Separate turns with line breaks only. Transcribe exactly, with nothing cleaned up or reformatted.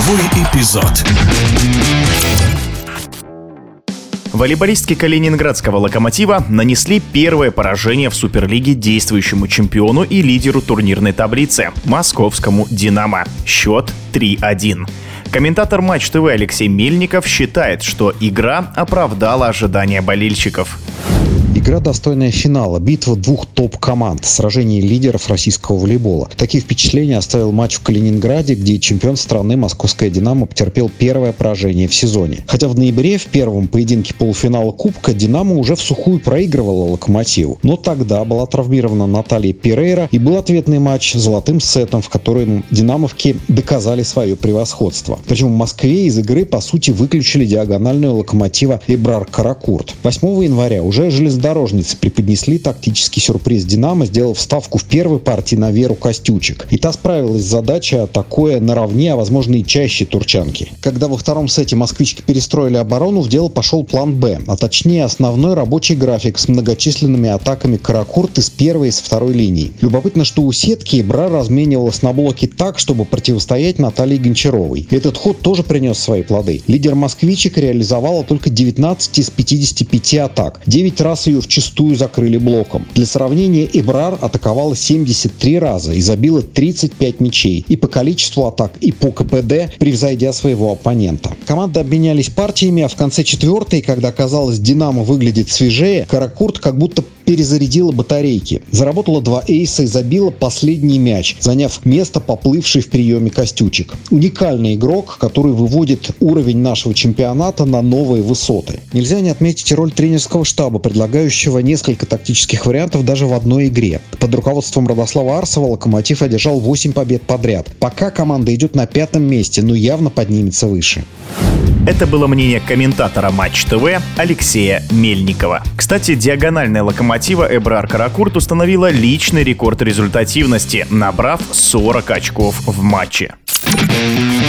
Игровой эпизод.
Волейболистки калининградского «Локомотива» нанесли первое поражение в Суперлиге действующему чемпиону и лидеру турнирной таблицы – московскому «Динамо». Счет три один. Комментатор Матч ТВ Алексей Мельников считает, что игра оправдала ожидания болельщиков.
Игра, достойная финала, битва двух топ-команд, сражение лидеров российского волейбола. Такие впечатления оставил матч в Калининграде, где чемпион страны московская «Динамо» потерпел первое поражение в сезоне. Хотя в ноябре в первом поединке полуфинала Кубка «Динамо» уже в сухую проигрывала «Локомотиву». Но тогда была травмирована Наталья Перейра, и был ответный матч золотым сетом, в котором «Динамовки» доказали свое превосходство. Причем в Москве из игры, по сути, выключили диагональную «Локомотива» Эбрар Каракурт. восьмого января уже железнодорожники Дорожницы преподнесли тактический сюрприз «Динамо», сделав ставку в первой партии на Веру Костючек. И та справилась с задачей, атакуя наравне, а возможно и чаще турчанки. Когда во втором сете москвички перестроили оборону, в дело пошел план «Б», а точнее основной рабочий график с многочисленными атаками Каракурт с первой и со второй линий. Любопытно, что у сетки Бра разменивалась на блоки так, чтобы противостоять Наталье Гончаровой. Этот ход тоже принес свои плоды. Лидер москвичек реализовала только девятнадцать из пятидесяти пяти атак. девять раз ее вчистую закрыли блоком. Для сравнения, Эбрар атаковала семьдесят три раза и забила тридцать пять мячей. И по количеству атак, и по КПД, превзойдя своего оппонента. Команды обменялись партиями, а в конце четвертой, когда казалось, «Динамо» выглядит свежее, Каракурт как будто перезарядила батарейки. Заработала два эйса и забила последний мяч, заняв место поплывшей в приеме Костючек. Уникальный игрок, который выводит уровень нашего чемпионата на новые высоты. Нельзя не отметить роль тренерского штаба, предлагающего несколько тактических вариантов даже в одной игре. Под руководством Радослава Арсова «Локомотив» одержал восемь побед подряд. Пока команда идет на пятом месте, но явно поднимется выше.
Это было мнение комментатора Матч ТВ Алексея Мельникова. Кстати, диагональная «Локомотива» Эбрар Каракурт установила личный рекорд результативности, набрав сорок очков в матче.